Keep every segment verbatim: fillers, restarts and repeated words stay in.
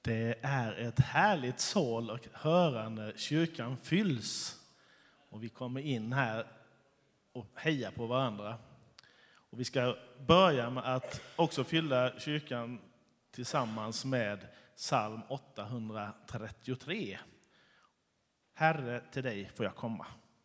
Det är ett härligt sål och hörande kyrkan fylls. Och vi kommer in här och hejar på varandra. Och vi ska börja med att också fylla kyrkan tillsammans med psalm åttahundratrettiotre. Herre, till dig får jag komma.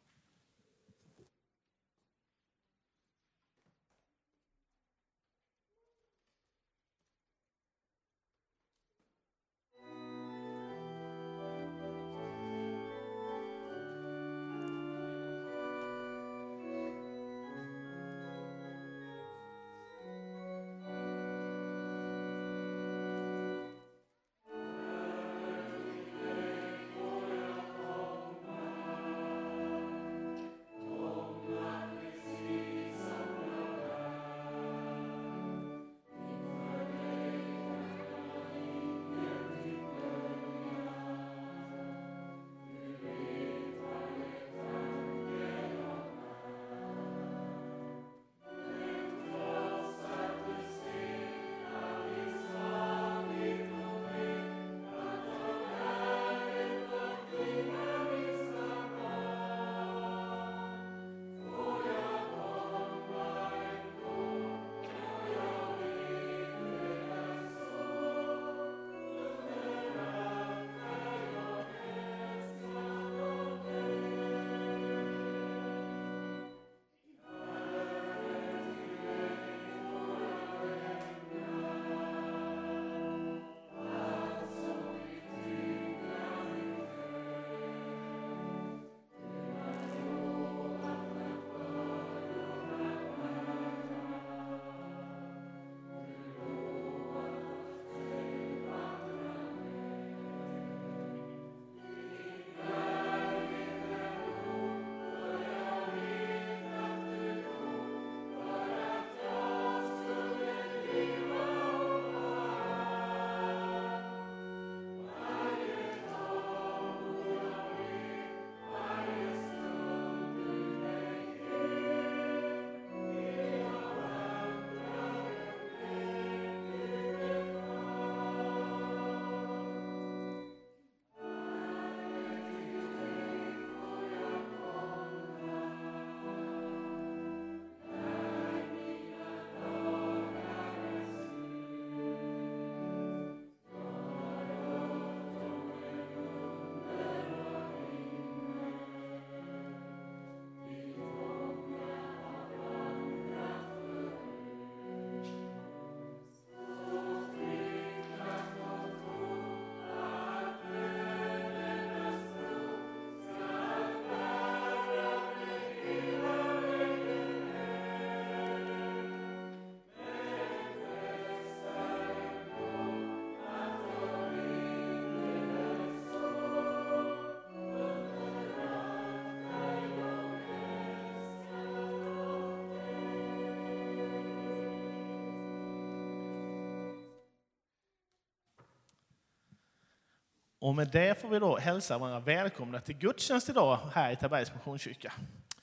Och med det får vi då hälsa varandra välkomna till gudstjänst idag här i Tabergs Missionskyrka.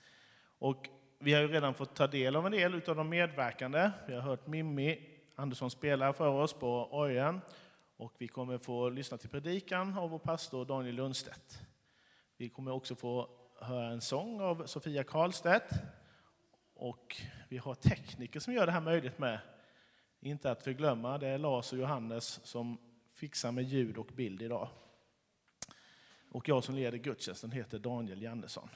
Och vi har ju redan fått ta del av en del av de medverkande. Vi har hört Mimmi Andersson spela för oss på orgeln. Och vi kommer få lyssna till predikan av vår pastor Daniel Lundstedt. Vi kommer också få höra en sång av Sofia Karlstedt. Och vi har tekniker som gör det här möjligt med. Inte att förglömma, det är Lars och Johannes som fixar med ljud och bild idag. Och jag som leder gudstjänsten heter Daniel Jannesson.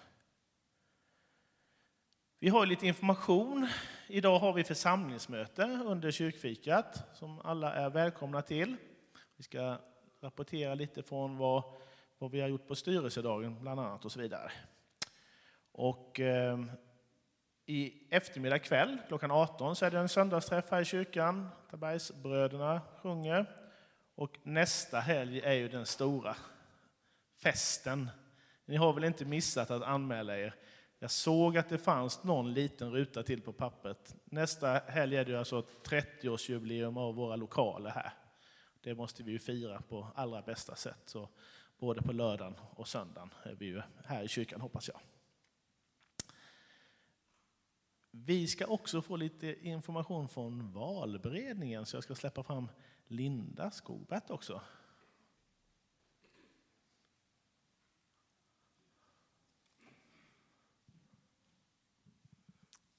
Vi har lite information. Idag har vi församlingsmöte under kyrkfikat som alla är välkomna till. Vi ska rapportera lite från vad, vad vi har gjort på styrelsedagen bland annat och så vidare. Och eh, i eftermiddag kväll klockan arton så är det en söndagsträff här i kyrkan. Tabergsbröderna sjunger. Och nästa helg är ju den stora festen. Ni har väl inte missat att anmäla er. Jag såg att det fanns någon liten ruta till på pappret. Nästa helg är det alltså trettioårsjubileum av våra lokaler här. Det måste vi ju fira på allra bästa sätt. Så både på lördagen och söndagen är vi ju här i kyrkan, hoppas jag. Vi ska också få lite information från valberedningen, så jag ska släppa fram Linda Skogbert också.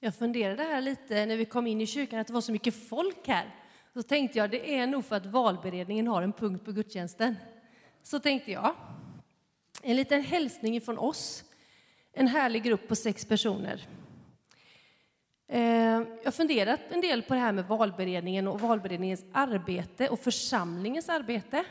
Jag funderade här lite när vi kom in i kyrkan att det var så mycket folk här. Så tänkte jag, det är nog för att valberedningen har en punkt på gudstjänsten. Så tänkte jag. En liten hälsning från oss. En härlig grupp på sex personer. Jag har funderat en del på det här med valberedningen och valberedningens arbete och församlingens arbete.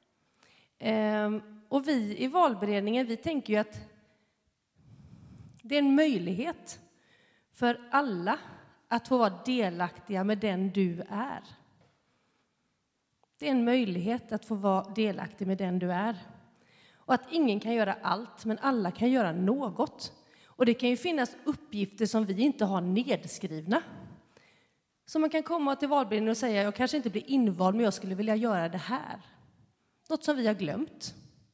Och vi i valberedningen, vi tänker ju att det är en möjlighet för alla att få vara delaktiga med den du är. Det är en möjlighet att få vara delaktig med den du är. Och att ingen kan göra allt, men alla kan göra något. Och det kan ju finnas uppgifter som vi inte har nedskrivna. Så man kan komma till valberedningen och säga, jag kanske inte blir invald, men jag skulle vilja göra det här. Något som vi har glömt.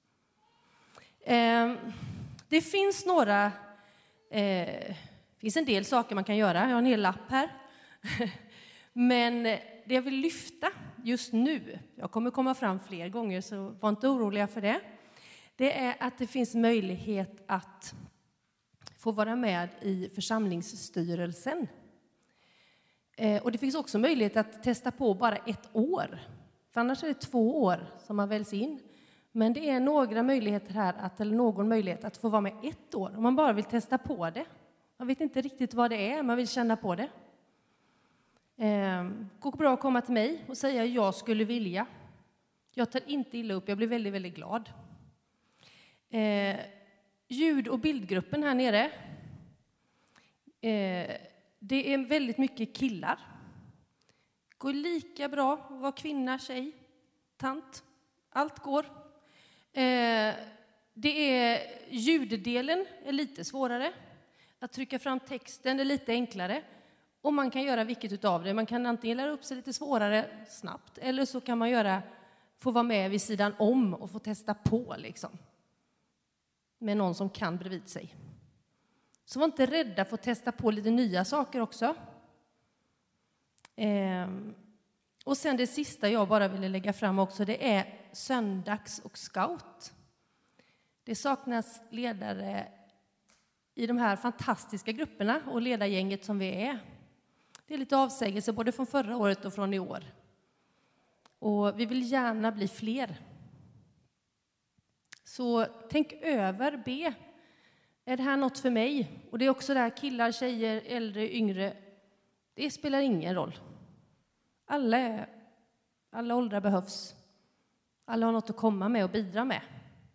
Eh, det finns några... Eh, det finns en del saker man kan göra. Jag har en hel lapp här. Men det jag vill lyfta just nu, jag kommer komma fram fler gånger så var inte oroliga för det. Det är att det finns möjlighet att få vara med i församlingsstyrelsen. Och det finns också möjlighet att testa på bara ett år. För annars är det två år som man väljs in. Men det är några möjligheter här, att, eller någon möjlighet att få vara med ett år. Om man bara vill testa på det. Man vet inte riktigt vad det är, man vill känna på det. Eh, går bra att komma till mig och säga jag skulle vilja. Jag tar inte illa upp, jag blir väldigt, väldigt glad. Eh, ljud- och bildgruppen här nere. Eh, det är väldigt mycket killar. Går lika bra att vara kvinna, tjej, tant. Allt går. Eh, det är ljuddelen är lite svårare. Att trycka fram texten är lite enklare. Och man kan göra vilket utav det. Man kan antingen lära upp sig lite svårare snabbt. Eller så kan man göra, få vara med vid sidan om och få testa på liksom. Med någon som kan bredvid sig. Så var inte rädda för att testa på lite nya saker också. Eh, och sen det sista jag bara ville lägga fram också, det är söndags- och scout. Det saknas ledare i de här fantastiska grupperna och ledargänget som vi är. Det är lite avsägelse både från förra året och från i år. Och vi vill gärna bli fler. Så tänk över, be. Är det här något för mig? Och det är också där killar, tjejer, äldre, yngre. Det spelar ingen roll. Alla, är, alla åldrar behövs. Alla har något att komma med och bidra med.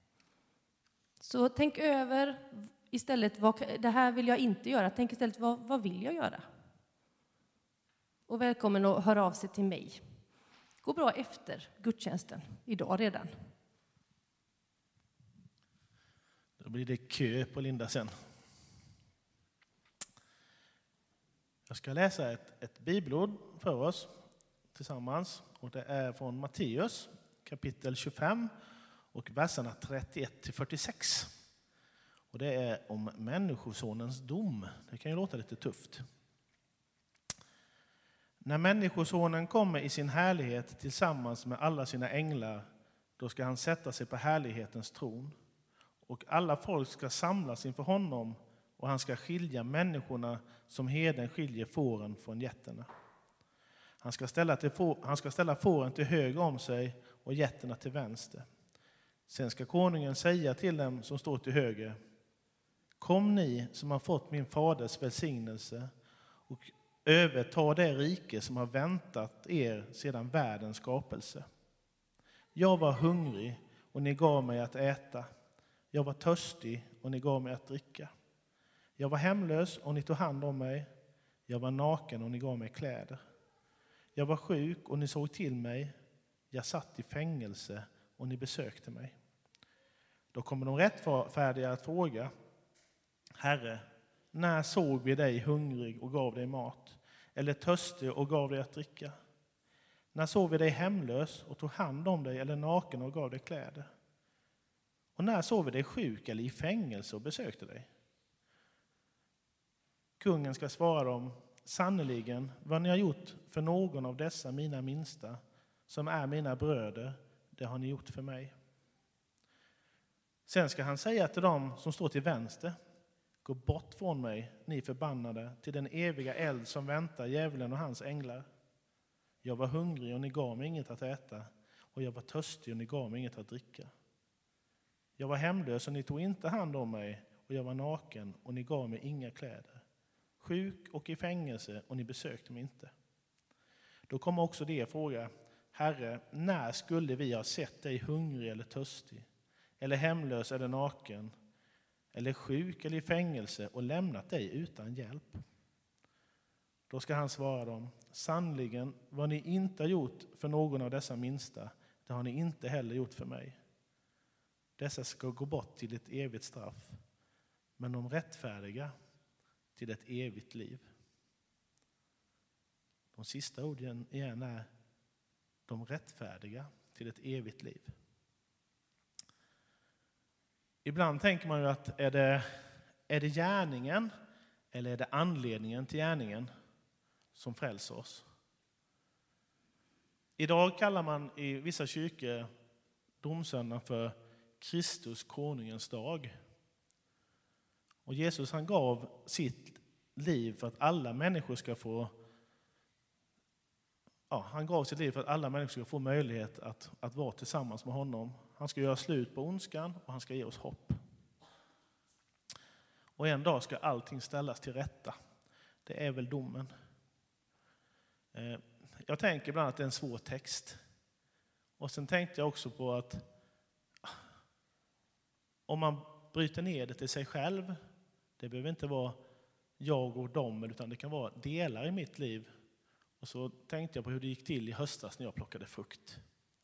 Så tänk över istället, vad, det här vill jag inte göra. Tänk istället, vad, vad vill jag göra? Och välkommen att höra av sig till mig. Gå bra efter gudstjänsten idag redan. Då blir det kö på Linda sen. Jag ska läsa ett, ett bibelord för oss tillsammans. Och det är från Matteus kapitel tjugofem och verserna trettioett till fyrtiosex. Och det är om människosonens dom. Det kan ju låta lite tufft. När människosonen kommer i sin härlighet tillsammans med alla sina änglar, då ska han sätta sig på härlighetens tron. Och alla folk ska samlas inför honom, och han ska skilja människorna som herden skiljer fåren från getterna. Han ska ställa, till få, han ska ställa fåren till höger om sig och getterna till vänster. Sen ska konungen säga till dem som står till höger: kom ni som har fått min faders välsignelse och överta det rike som har väntat er sedan världens skapelse. Jag var hungrig och ni gav mig att äta. Jag var törstig och ni gav mig att dricka. Jag var hemlös och ni tog hand om mig. Jag var naken och ni gav mig kläder. Jag var sjuk och ni såg till mig. Jag satt i fängelse och ni besökte mig. Då kommer de rättfärdiga att fråga: Herre, när såg vi dig hungrig och gav dig mat? Eller törstig och gav dig att dricka? När såg vi dig hemlös och tog hand om dig, eller naken och gav dig kläder? Och när såg vi dig sjuk eller i fängelse och besökte dig? Kungen ska svara dem: sannoliken, vad ni har gjort för någon av dessa mina minsta, som är mina bröder, det har ni gjort för mig. Sen ska han säga till dem som står till vänster: gå bort från mig, ni förbannade, till den eviga eld som väntar djävulen och hans änglar. Jag var hungrig och ni gav mig inget att äta, och jag var törstig och ni gav mig inget att dricka. Jag var hemlös och ni tog inte hand om mig, och jag var naken och ni gav mig inga kläder. Sjuk och i fängelse och ni besökte mig inte. Då kommer också det fråga: Herre, när skulle vi ha sett dig hungrig eller törstig, eller hemlös eller naken, eller sjuk eller i fängelse och lämnat dig utan hjälp? Då ska han svara dem: sannligen, vad ni inte har gjort för någon av dessa minsta, det har ni inte heller gjort för mig. Dessa ska gå bort till ett evigt straff, men de rättfärdiga till ett evigt liv. De sista orden igen är: de rättfärdiga till ett evigt liv. Ibland tänker man ju att är det, är det gärningen eller är det anledningen till gärningen som frälser oss? Idag kallar man i vissa kyrkor domsöndagen för Kristus konungens dag. Och Jesus han gav sitt liv för att alla människor ska få ja, han gav sitt liv för att alla människor ska få möjlighet att, att vara tillsammans med honom. Han ska göra slut på ondskan och han ska ge oss hopp. Och en dag ska allting ställas till rätta. Det är väl domen. Jag tänker ibland att det är en svår text. Och sen tänkte jag också på att om man bryter ner det till sig själv, det behöver inte vara jag och dem, utan det kan vara delar i mitt liv. Och så tänkte jag på hur det gick till i höstas när jag plockade frukt.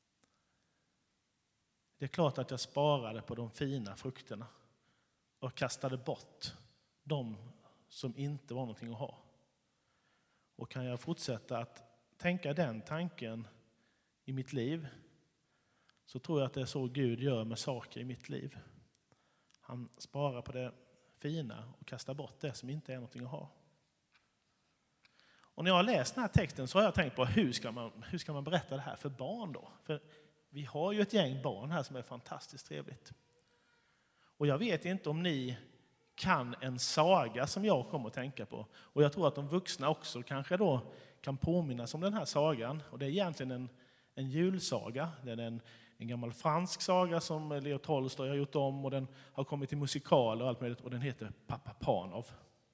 Det är klart att jag sparade på de fina frukterna och kastade bort de som inte var någonting att ha. Och kan jag fortsätta att tänka den tanken i mitt liv, så tror jag att det är så Gud gör med saker i mitt liv. Han sparar på det fina och kastar bort det som inte är någonting att ha. Och när jag har läst den här texten så har jag tänkt på hur ska man, hur ska man berätta det här för barn då? För vi har ju ett gäng barn här som är fantastiskt trevligt. Och jag vet inte om ni kan en saga som jag kommer att tänka på. Och jag tror att de vuxna också kanske då kan påminnas om den här sagan. Och det är egentligen en, en julsaga. Det är en, en gammal fransk saga som Leo Tolstoj har gjort om. Och den har kommit till musikal och allt möjligt. Och den heter Pappa Panov.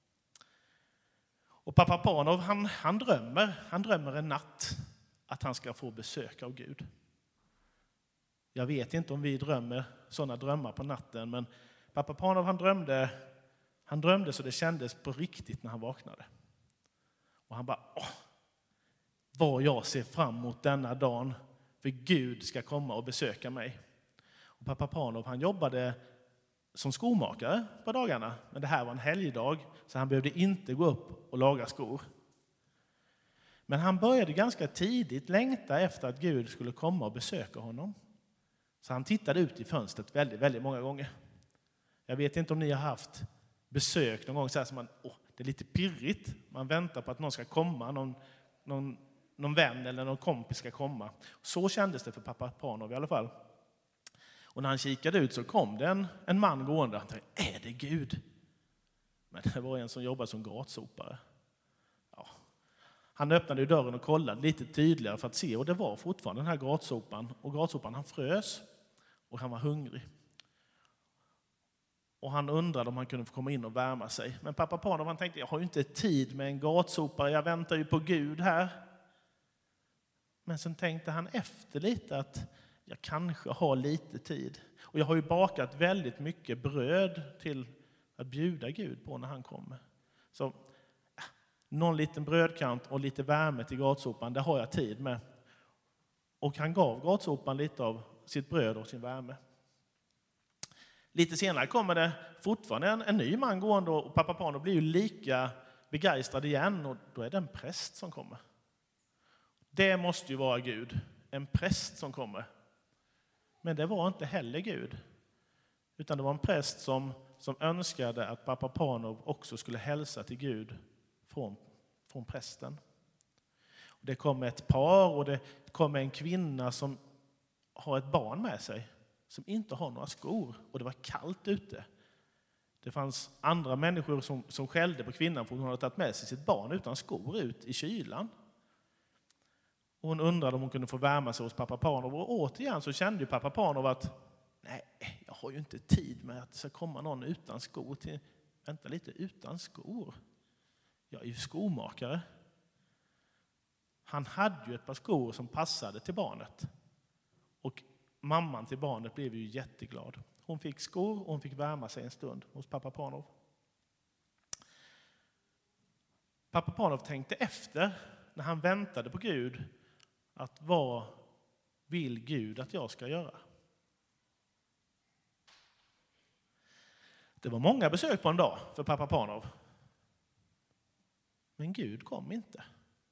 Och Pappa Panov han, han drömmer. Han drömmer en natt att han ska få besök av Gud. Jag vet inte om vi drömmer sådana drömmar på natten. Men Pappa Panov han drömde, han drömde så det kändes på riktigt när han vaknade. Och han bara, åh, vad jag ser fram emot denna dagen. För Gud ska komma och besöka mig. Och Pappa Panov han jobbade som skomakare på dagarna. Men det här var en helgdag så han behövde inte gå upp och laga skor. Men han började ganska tidigt längta efter att Gud skulle komma och besöka honom. Så han tittade ut i fönstret väldigt, väldigt många gånger. Jag vet inte om ni har haft besök någon gång så här som man, åh, det är lite pirrigt. Man väntar på att någon ska komma, någon, någon, någon vän eller någon kompis ska komma. Så kändes det för Pappa Panov i alla fall. Och när han kikade ut så kom det en, en man gående. Han tänkte, är det Gud? Men det var en som jobbade som gatsopare. Ja. Han öppnade dörren och kollade lite tydligare för att se. Och det var fortfarande den här gatsopan. Och gatsopan han frös och han var hungrig. Och han undrade om han kunde få komma in och värma sig. Men Pappa Panov han tänkte, jag har ju inte tid med en gatsopare. Jag väntar ju på Gud här. Men sen tänkte han efter lite att jag kanske har lite tid. Och jag har ju bakat väldigt mycket bröd till att bjuda Gud på när han kommer. Så någon liten brödkant och lite värme till gatsopan, det har jag tid med. Och han gav gatsopan lite av sitt bröd och sin värme. Lite senare kommer det fortfarande en, en ny man gående och Pappa Panov blir ju lika begeistrad igen och då är det en präst som kommer. Det måste ju vara Gud, en präst som kommer. Men det var inte heller Gud, utan det var en präst som, som önskade att Pappa Panov också skulle hälsa till Gud från, från prästen. Det kom ett par och det kom en kvinna som har ett barn med sig som inte har några skor och det var kallt ute. Det fanns andra människor som, som skällde på kvinnan för hon hade tagit med sig sitt barn utan skor ut i kylan. Och hon undrade om hon kunde få värma sig hos pappa Parnov. Och återigen så kände ju pappa Parnov att nej, jag har ju inte tid med att det ska komma någon utan skor. Till, vänta lite, utan skor? Jag är ju skomakare. Han hade ju ett par skor som passade till barnet. Och mamman till barnet blev ju jätteglad. Hon fick skor och hon fick värma sig en stund hos pappa Parnov. Pappa Parnov tänkte efter när han väntade på Gud att vad vill Gud att jag ska göra? Det var många besök på en dag för pappa Parnov. Men Gud kom inte.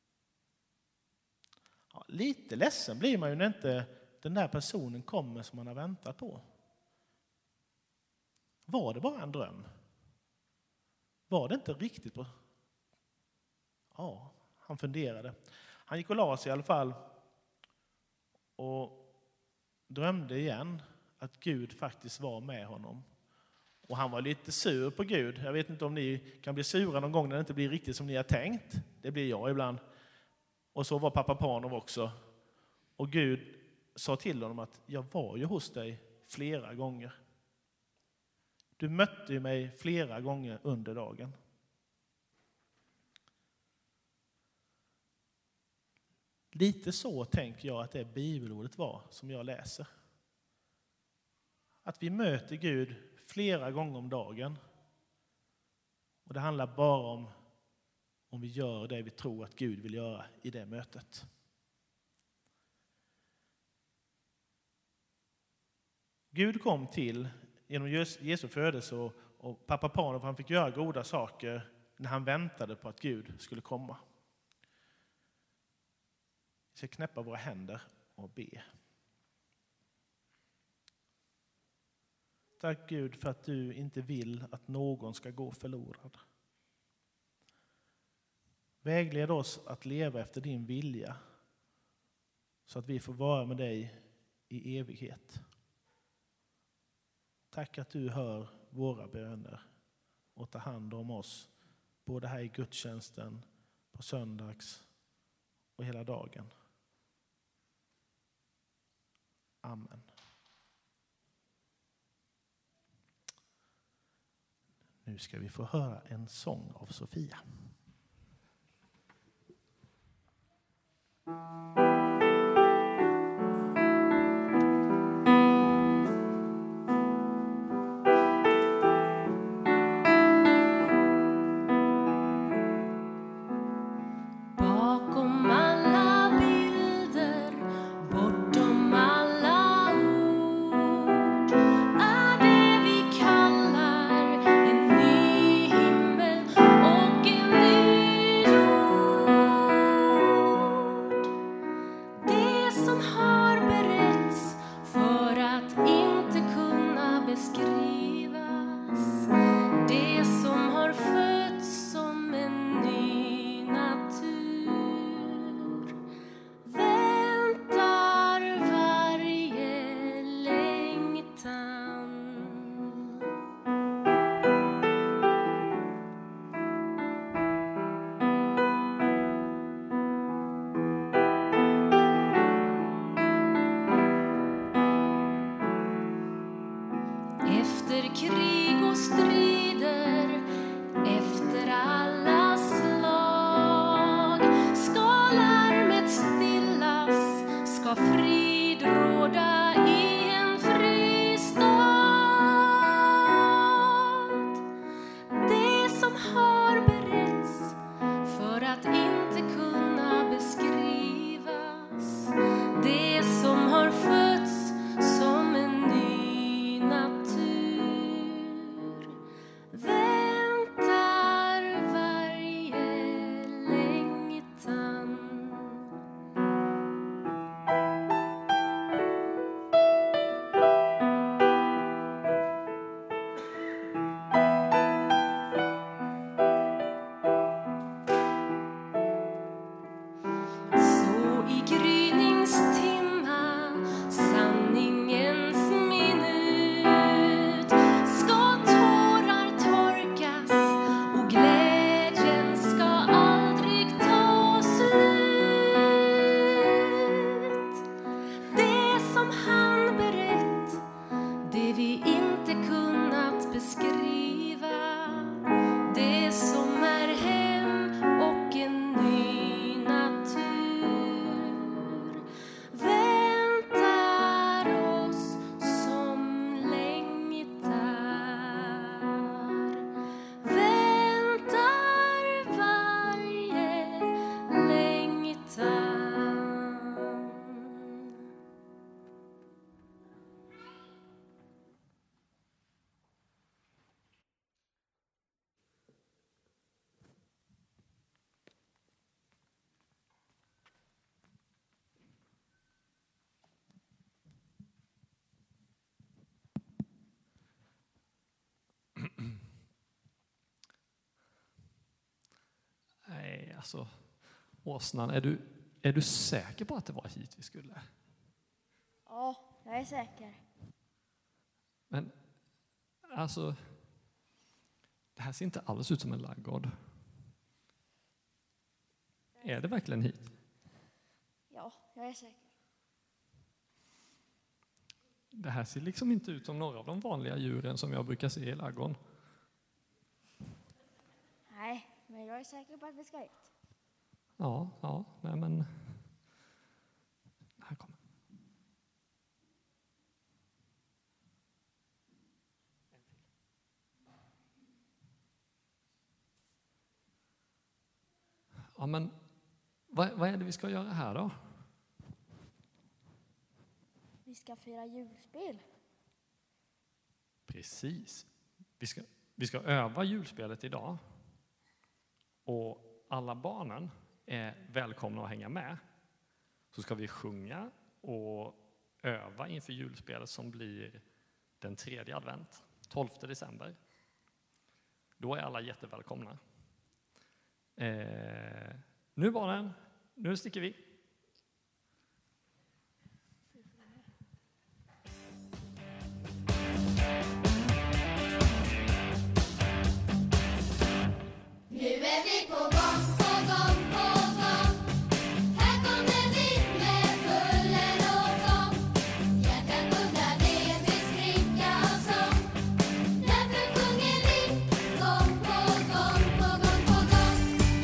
Ja, lite ledsen blir man ju när inte den där personen kommer som man har väntat på. Var det bara en dröm? Var det inte riktigt på? Ja, han funderade. Han gick och la sig i alla fall och drömde igen att Gud faktiskt var med honom. Och han var lite sur på Gud. Jag vet inte om ni kan bli sura någon gång när det inte blir riktigt som ni har tänkt. Det blir jag ibland. Och så var pappa Parnov också. Och Gud sa till honom att jag var ju hos dig flera gånger. Du mötte ju mig flera gånger under dagen. Lite så tänker jag att det bibelordet var som jag läser. Att vi möter Gud flera gånger om dagen. Och det handlar bara om om vi gör det vi tror att Gud vill göra i det mötet. Gud kom till genom Jesu födelse och, och pappa Parnov, han fick göra goda saker när han väntade på att Gud skulle komma. Vi ska knäppa våra händer och be. Tack Gud för att du inte vill att någon ska gå förlorad. Vägled oss att leva efter din vilja så att vi får vara med dig i evighet. Tack att du hör våra böner och tar hand om oss både här i gudstjänsten, på söndags och hela dagen. Amen. Nu ska vi få höra en sång av Sofia. Som har fötts som en ny natur. alltså, åsnan, är du, är du säker på att det var hit vi skulle? Ja, jag är säker. Men alltså, det här ser inte alls ut som en ladugård. Är det verkligen hit? Ja, jag är säker. Det här ser liksom inte ut som några av de vanliga djuren som jag brukar se i ladugården. Nej, men jag är säker på att vi ska hit. Ja, ja, nej men... Här kommer. Ja, men vad, vad är det vi ska göra här då? Vi ska fira julspel. Precis. Vi ska, vi ska öva julspelet idag. Och alla barnen är välkomna att hänga med. Så ska vi sjunga och öva inför julspelet som blir den tredje advent, tolfte december. Då är alla jättevälkomna. Eh, nu barnen, nu sticker vi. Nu är vi på gång, på gång, på gång. Här kommer vi med buller och gång. Hjärtan undrar det vill skrika och sång. Därför sjunger vi gång på gång, på gång, på gång.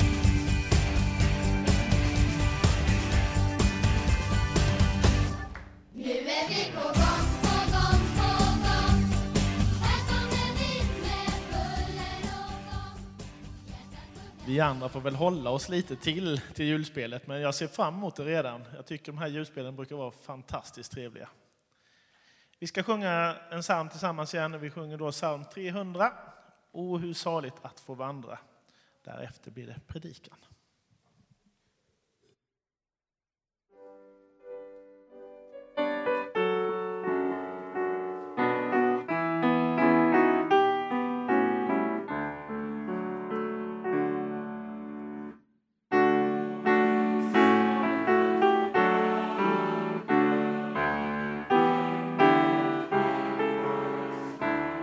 Nu är vi på gång, på gång, på gång. Här kommer vi med buller och gång. Vi andra får väl hålla oss lite till till julspelet, men jag ser fram emot det redan. Jag tycker de här julspelen brukar vara fantastiskt trevliga. Vi ska sjunga en psalm tillsammans igen. Vi sjunger då psalm trehundra. O, hur saligt att få vandra. Därefter blir det predikan.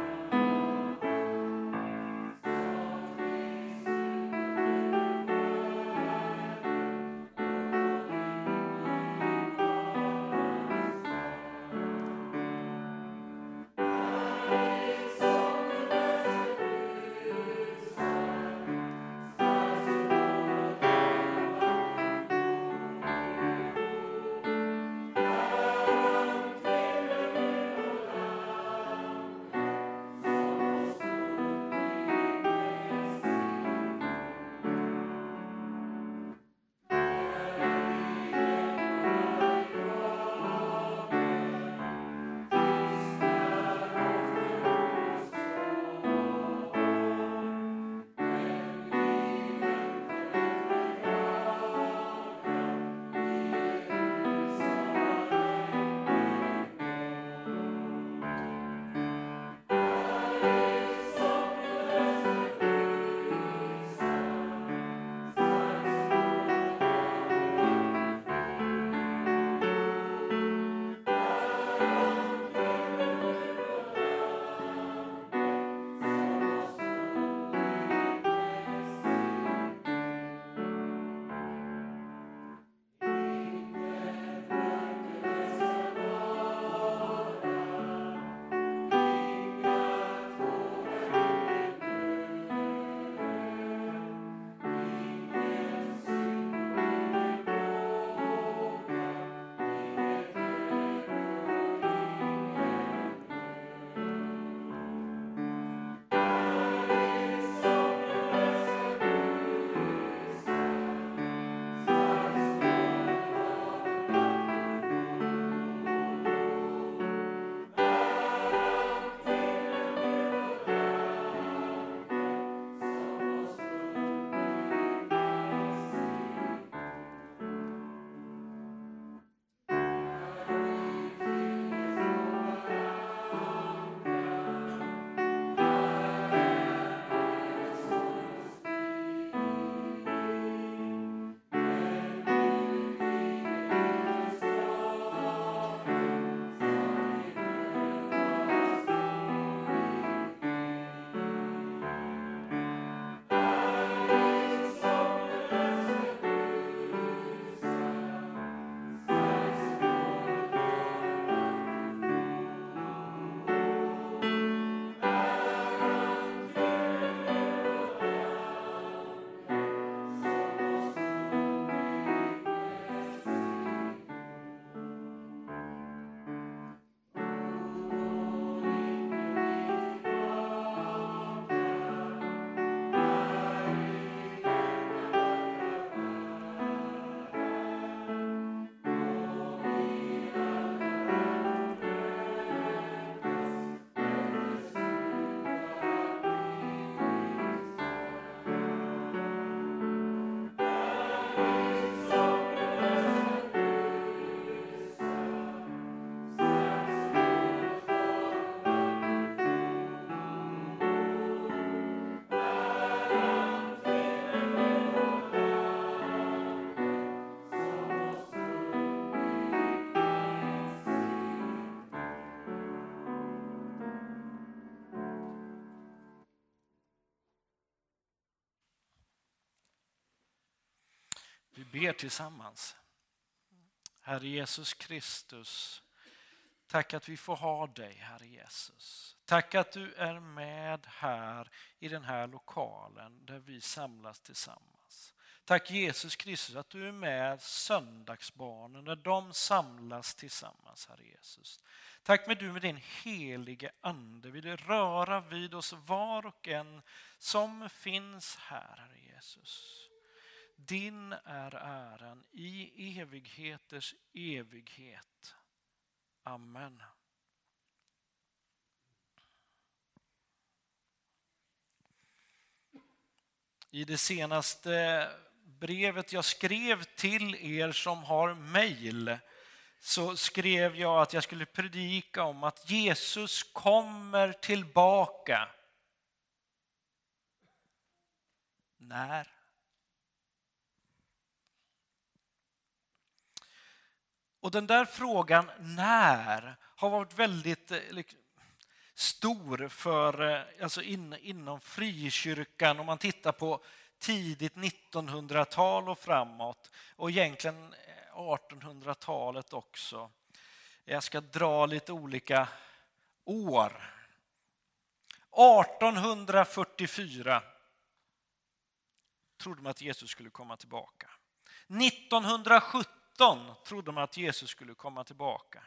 Nu Vi ber tillsammans. Herre Jesus Kristus, tack att vi får ha dig, Herre Jesus. Tack att du är med här i den här lokalen där vi samlas tillsammans. Tack Jesus Kristus att du är med söndagsbarnen när de samlas tillsammans, Herre Jesus. Tack med du med din helige ande vill röra vid oss var och en som finns här, Herre Jesus. Din är äran i evigheters evighet. Amen. I det senaste brevet jag skrev till er som har mejl så skrev jag att jag skulle predika om att Jesus kommer tillbaka. När? Och den där frågan när har varit väldigt stor för, alltså in, inom frikyrkan om man tittar på tidigt nittonhundratal och framåt och egentligen artonhundratalet också. Jag ska dra lite olika år. artonhundrafyrtiofyra trodde man att Jesus skulle komma tillbaka. nittonhundrasjutton trodde man att Jesus skulle komma tillbaka.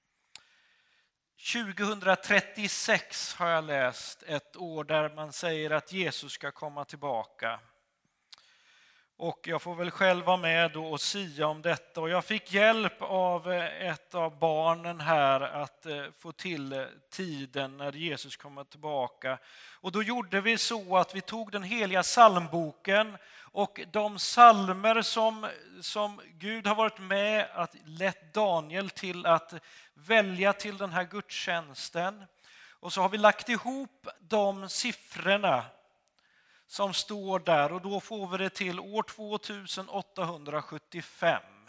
tjugohundratrettiosex har jag läst ett år där man säger att Jesus ska komma tillbaka. Och jag får väl själv vara med då och sia om detta. Och jag fick hjälp av ett av barnen här att få till tiden när Jesus kommer tillbaka. Och då gjorde vi så att vi tog den heliga psalmboken och de psalmer som, som Gud har varit med att lett Daniel till att välja till den här gudstjänsten. Och så har vi lagt ihop de siffrorna som står där och då får vi det till år tvåtusenåttahundrasjuttiofem.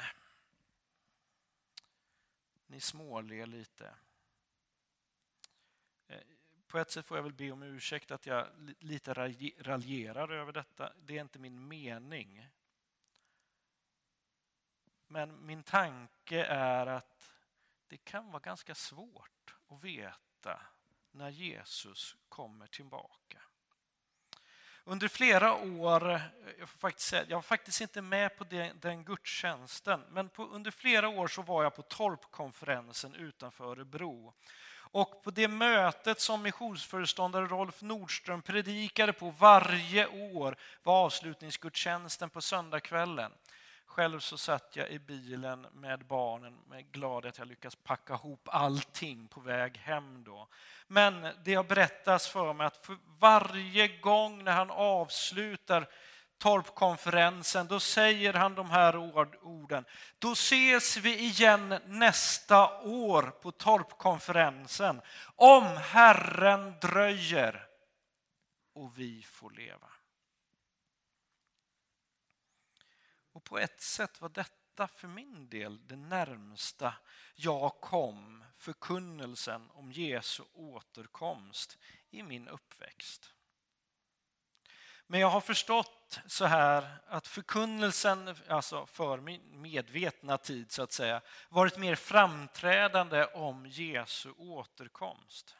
Ni småler lite. På ett sätt får jag väl be om ursäkt att jag lite raljerar över detta. Det är inte min mening. Men min tanke är att det kan vara ganska svårt att veta när Jesus kommer tillbaka. Under flera år, jag, får faktiskt säga, jag var faktiskt inte med på den, den gudstjänsten, men på, under flera år så var jag på Torpkonferensen utanför Örebro. Och på det mötet som missionsföreståndare Rolf Nordström predikade på varje år var avslutningsgudstjänsten på söndagskvällen. Själv så satt jag i bilen med barnen, med glad att jag lyckas packa ihop allting på väg hem då. Men det har berättats för mig att för varje gång när han avslutar Torpkonferensen, då säger han de här orden. Då ses vi igen nästa år på Torpkonferensen, om Herren dröjer och vi får leva. Och på ett sätt var detta för min del det närmsta jag kom förkunnelsen om Jesu återkomst i min uppväxt. Men jag har förstått så här att förkunnelsen, alltså för min medvetna tid så att säga, varit mer framträdande om Jesu återkomst.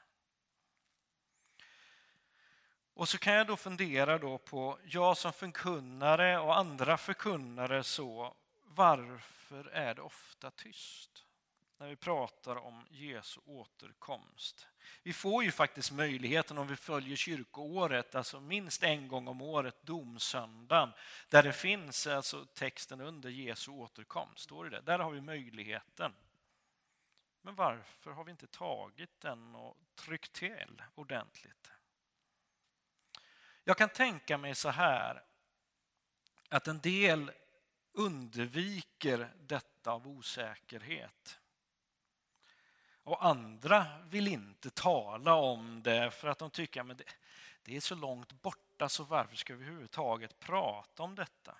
Och så kan jag då fundera då på, jag som förkunnare och andra förkunnare så, varför är det ofta tyst när vi pratar om Jesu återkomst? Vi får ju faktiskt möjligheten om vi följer kyrkoåret, alltså minst en gång om året, domsöndagen, där det finns alltså texten under Jesu återkomst, står det där. Där har vi möjligheten. Men varför har vi inte tagit den och tryckt till ordentligt? Jag kan tänka mig så här, att en del undviker detta av osäkerhet. Och andra vill inte tala om det för att de tycker att det, det är så långt borta, så varför ska vi överhuvudtaget prata om detta?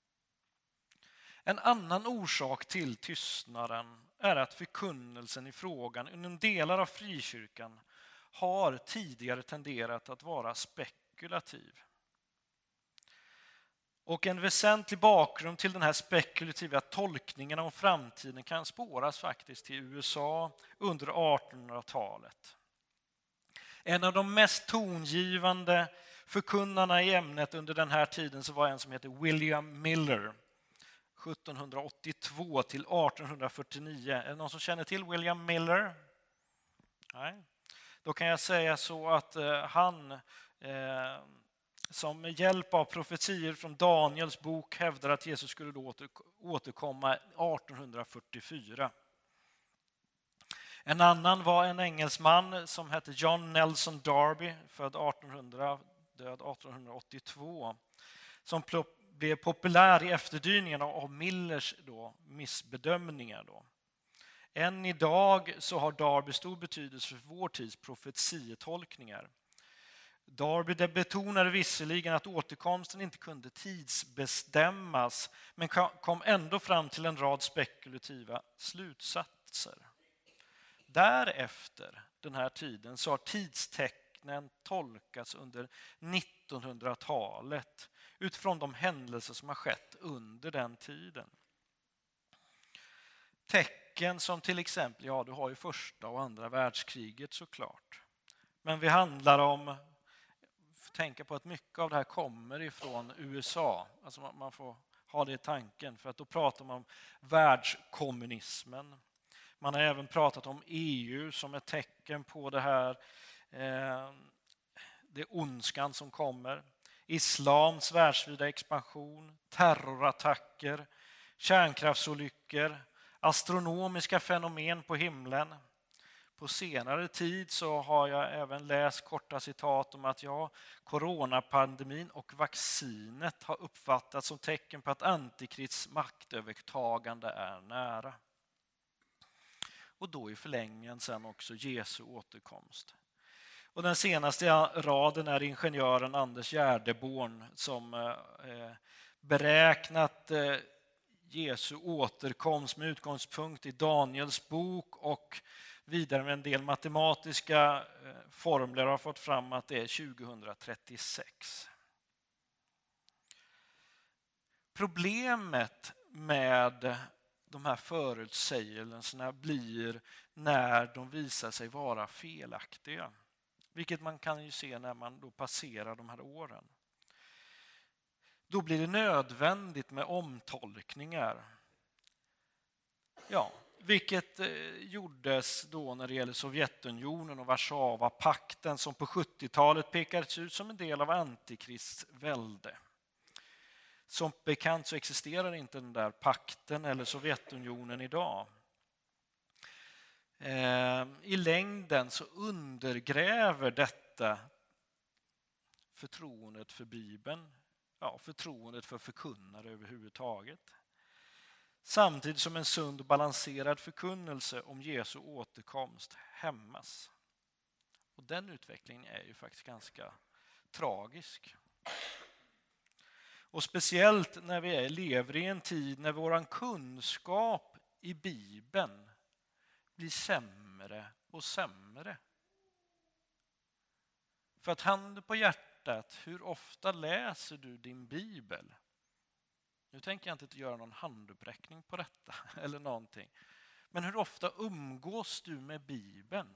En annan orsak till tystnaden är att förkunnelsen i frågan inom delar av frikyrkan har tidigare tenderat att vara spekulativ. Och en väsentlig bakgrund till den här spekulativa tolkningen om framtiden kan spåras faktiskt till U S A under artonhundratalet. En av de mest tongivande förkunnarna i ämnet under den här tiden så var en som heter William Miller, sjuttonhundraåttiotvå till artonhundrafyrtionio. Är det någon som känner till William Miller? Nej. Då kan jag säga så att eh, han eh, som med hjälp av profetier från Daniels bok hävdar att Jesus skulle då återkomma artonhundrafyrtiofyra. En annan var en engelsman som hette John Nelson Darby, född artonhundra, död artonhundraåttiotvå, som blev populär i efterdyningarna av Millers då, missbedömningar. Då. Än idag så har Darby stor betydelse för vår tids profetietolkningar. Darby betonade visserligen att återkomsten inte kunde tidsbestämmas, men kom ändå fram till en rad spekulativa slutsatser. Därefter, den här tiden, så har tidstecknen tolkats under nittonhundratalet utifrån de händelser som har skett under den tiden. Tecken som till exempel, ja du har ju första och andra världskriget såklart. Men vi handlar om, tänka på att mycket av det här kommer ifrån U S A. Alltså man får ha det i tanken, för att då pratar man om världskommunismen. Man har även pratat om E U som ett tecken på det här, eh, det ondskan som kommer. Islams världsvida expansion, terrorattacker, kärnkraftsolyckor, astronomiska fenomen på himlen. På senare tid så har jag även läst korta citat om att ja, coronapandemin och vaccinet har uppfattats som tecken på att Antikrists maktövertagande är nära. Och då i förlängningen sen också Jesu återkomst. Och den senaste raden är ingenjören Anders Gärdeborn som eh, beräknat eh, Jesu återkomst med utgångspunkt i Daniels bok och vidare med en del matematiska eh, formler har fått fram att det är tjugohundratrettiosex. Problemet med de här förutsägelserna blir när de visar sig vara felaktiga. Vilket man kan ju se när man då passerar de här åren. Då blir det nödvändigt med omtolkningar. Ja, vilket eh, gjordes då när det gäller Sovjetunionen och Warszawapakten som på sjuttiotalet pekades ut som en del av Antikrists välde. Som bekant så existerar inte den där pakten eller Sovjetunionen idag. I längden så undergräver detta förtroendet för Bibeln, ja, förtroendet för förkunnare överhuvudtaget. Samtidigt som en sund och balanserad förkunnelse om Jesu återkomst hämmas. Och den utvecklingen är ju faktiskt ganska tragisk. Och speciellt när vi lever i en tid när vår kunskap i Bibeln blir sämre och sämre. För att handen på hjärtat, hur ofta läser du din Bibel? Nu tänker jag inte göra någon handuppräckning på detta eller någonting. Men hur ofta umgås du med Bibeln?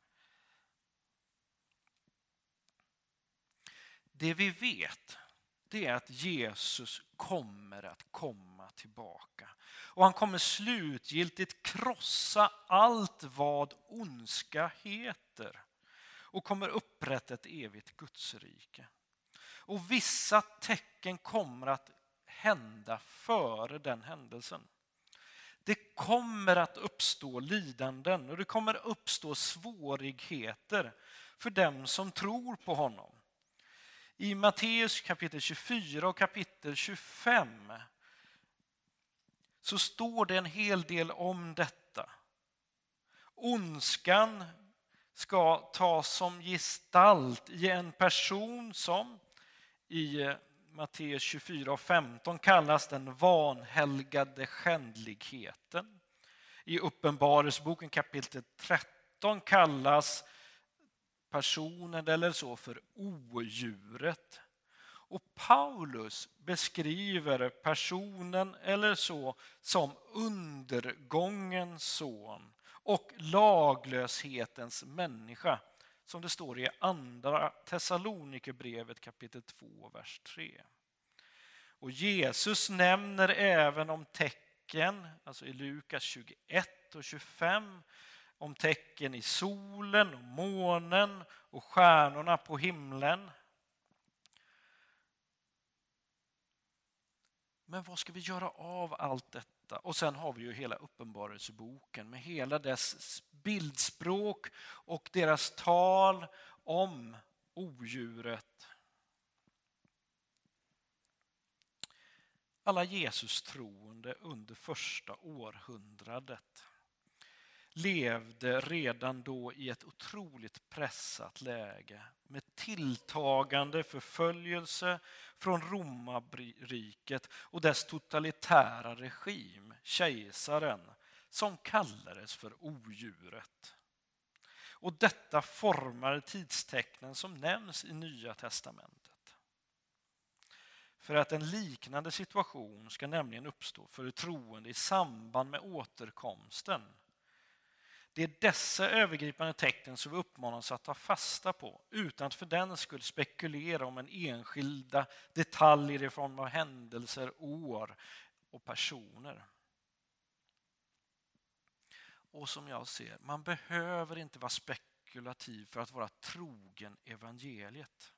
Det vi vet, det är att Jesus kommer att komma tillbaka. Och han kommer slutgiltigt krossa allt vad ondska heter. Och kommer upprätta ett evigt Gudsrike. Och vissa tecken kommer att hända före den händelsen. Det kommer att uppstå lidanden och det kommer att uppstå svårigheter för dem som tror på honom. I Matteus kapitel tjugofyra och kapitel tjugofem så står det en hel del om detta. Ondskan ska tas som gestalt i en person som i Matteus tjugofyra och femton kallas den vanhelgade skändligheten. I Uppenbarelseboken kapitel tretton kallas personen eller så för odjuret. Och Paulus beskriver personen eller så som undergångens son och laglöshetens människa, som det står i andra Thessalonikerbrevet kapitel två, vers tre. Och Jesus nämner även om tecken, alltså i Lukas tjugoett och tjugofem, om tecken i solen och månen och stjärnorna på himlen. Men vad ska vi göra av allt detta? Och sen har vi ju hela Uppenbarelseboken med hela dess bildspråk och deras tal om odjuret. Alla Jesus troende under första århundradet levde redan då i ett otroligt pressat läge med tilltagande förföljelse från Romarriket och dess totalitära regim, kejsaren, som kallades för odjuret. Och detta formar tidstecknen som nämns i Nya testamentet. För att en liknande situation ska nämligen uppstå för troende i samband med återkomsten. Det är dessa övergripande tecken som vi uppmanas att ta fasta på utan att för den skull spekulera om en enskilda detaljer i form av händelser, år och personer. Och som jag ser, man behöver inte vara spekulativ för att vara trogen evangeliet.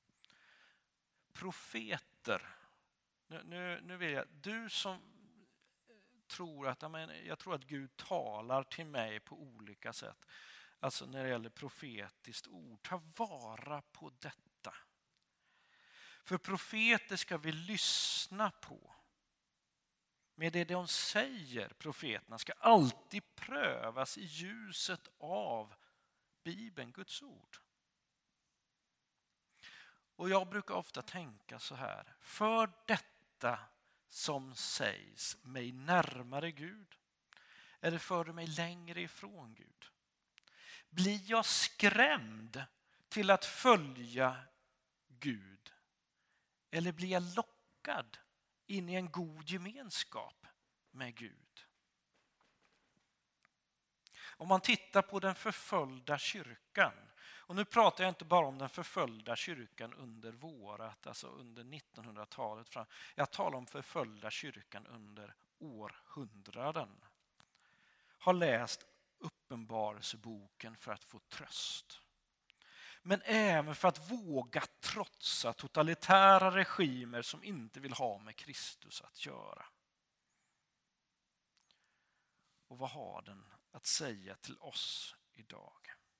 Profeter, nu, nu, nu vill jag, du som tror att, jag tror att Gud talar till mig på olika sätt. Alltså när det gäller profetiskt ord. Ta vara på detta. För profeter ska vi lyssna på. Men det de säger, profeterna, ska alltid prövas i ljuset av Bibeln, Guds ord. Och jag brukar ofta tänka så här. För detta som sägs mig närmare Gud, eller för det mig längre ifrån Gud? Blir jag skrämd till att följa Gud, eller blir jag lockad in i en god gemenskap med Gud? Om man tittar på den förföljda kyrkan, och nu pratar jag inte bara om den förföljda kyrkan under vårat, alltså under nittonhundratalet. Jag talar om förföljda kyrkan under århundraden. Har läst Uppenbarelseboken för att få tröst. Men även för att våga trotsa totalitära regimer som inte vill ha med Kristus att göra. Och vad har den att säga till oss idag?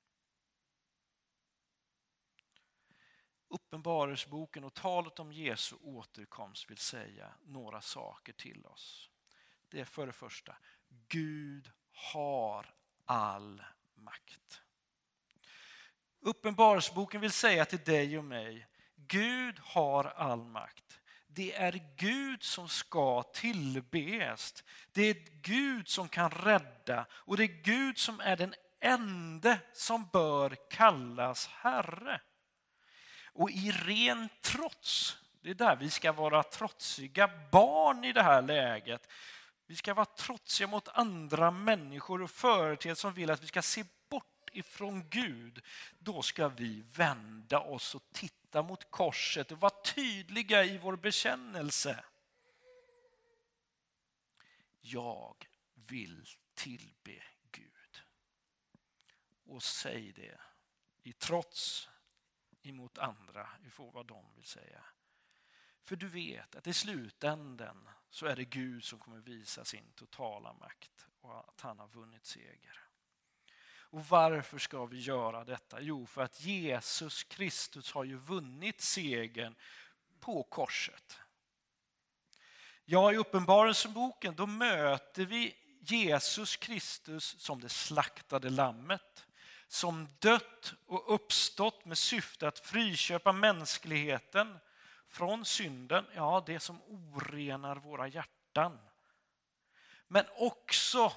Uppenbarelseboken och talet om Jesu återkomst vill säga några saker till oss. Det är för det första, Gud har all makt. Uppenbarelseboken vill säga till dig och mig, Gud har all makt. Det är Gud som ska tillbes. Det är Gud som kan rädda och det är Gud som är den ende som bör kallas Herre. Och i ren trots, det är där vi ska vara trotsiga barn i det här läget. Vi ska vara trotsiga mot andra människor och företeelser som vill att vi ska se bort ifrån Gud. Då ska vi vända oss och titta mot korset och vara tydliga i vår bekännelse. Jag vill tillbe Gud. Och säg det i trots emot andra, vi får vad de vill säga. För du vet att i slutändan så är det Gud som kommer visa sin totala makt och att han har vunnit seger. Och varför ska vi göra detta? Jo, för att Jesus Kristus har ju vunnit segern på korset. Ja, i Uppenbarelseboken då möter vi Jesus Kristus som det slaktade lammet, som dött och uppstått med syfte att friköpa mänskligheten från synden, ja det som orenar våra hjärtan. Men också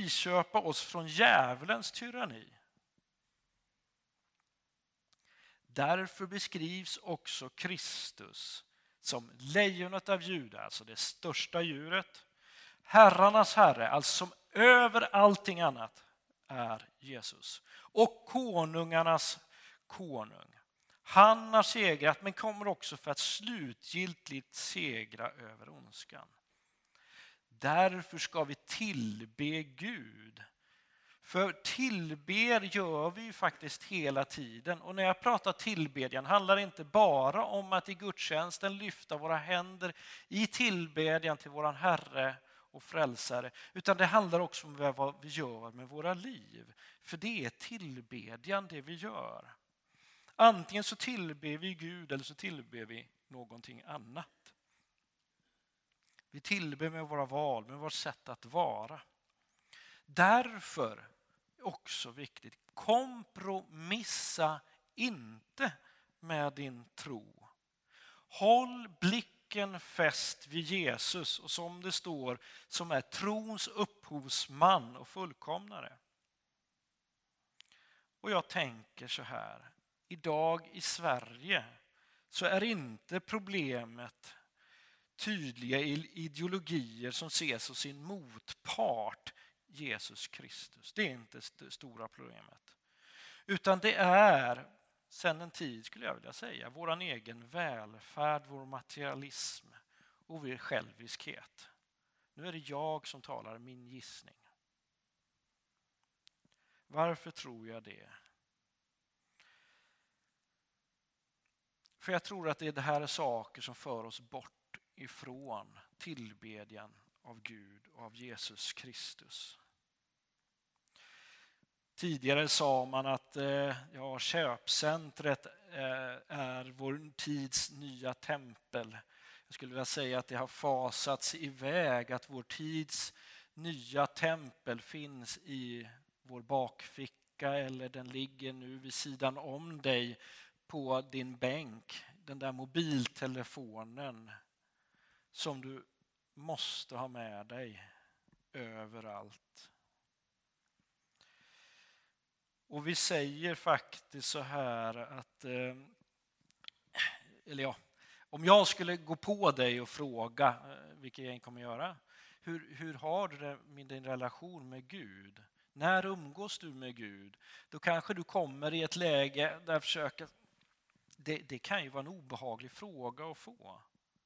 friköpa oss från djävulens tyranni. Därför beskrivs också Kristus som lejonet av Juda, alltså det största djuret. Herrarnas herre, alltså som över allting annat är Jesus. Och konungarnas konung. Han har segrat men kommer också för att slutgiltigt segra över ondskan. Därför ska vi tillbe Gud. För tillber gör vi ju faktiskt hela tiden. Och när jag pratar tillbedjan handlar det inte bara om att i gudstjänsten lyfta våra händer i tillbedjan till våran Herre och frälsare. Utan det handlar också om vad vi gör med våra liv. För det är tillbedjan det vi gör. Antingen så tillber vi Gud eller så tillber vi någonting annat. Vi tillber med våra val, med vårt sätt att vara. Därför också viktigt, kompromissa inte med din tro. Håll blicken fäst vid Jesus och som det står, som är trons upphovsman och fullkomnare. Och jag tänker så här, idag i Sverige så är inte problemet tydliga ideologier som ses som sin motpart Jesus Kristus. Det är inte det stora problemet. Utan det är, sedan en tid skulle jag vilja säga, vår egen välfärd, vår materialism och vår själviskhet. Nu är det jag som talar, min gissning. Varför tror jag det? För jag tror att det här är saker som för oss bort ifrån tillbedjan av Gud och av Jesus Kristus. Tidigare sa man att ja, köpcentret är vår tids nya tempel. Jag skulle vilja säga att det har fasats iväg, att vår tids nya tempel finns i vår bakficka eller den ligger nu vid sidan om dig på din bänk. Den där mobiltelefonen som du måste ha med dig överallt. Och vi säger faktiskt så här att, eller ja, om jag skulle gå på dig och fråga, vilket jag kommer göra, hur, hur har du det med din relation med Gud? När umgås du med Gud? Då kanske du kommer i ett läge där försöka, det, det kan ju vara en obehaglig fråga att få.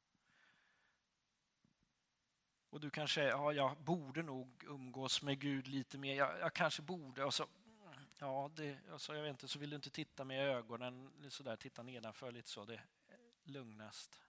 Och du kanske, ja, jag borde nog umgås med Gud lite mer. Jag, jag kanske borde. Och så, ja, det, alltså, jag vet inte, så vill du inte titta med ögonen, så där, titta nedanför lite så, det är lugnast.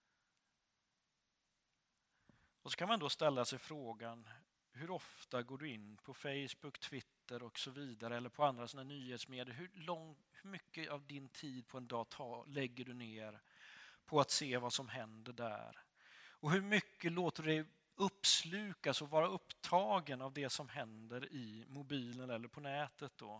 Och så kan man då ställa sig frågan, hur ofta går du in på Facebook, Twitter och så vidare, eller på andra sådana nyhetsmedier? Hur, lång, hur mycket av din tid på en dag ta, lägger du ner på att se vad som händer där? Och hur mycket låter du dig uppslukas och vara upptagen av det som händer i mobilen eller på nätet då?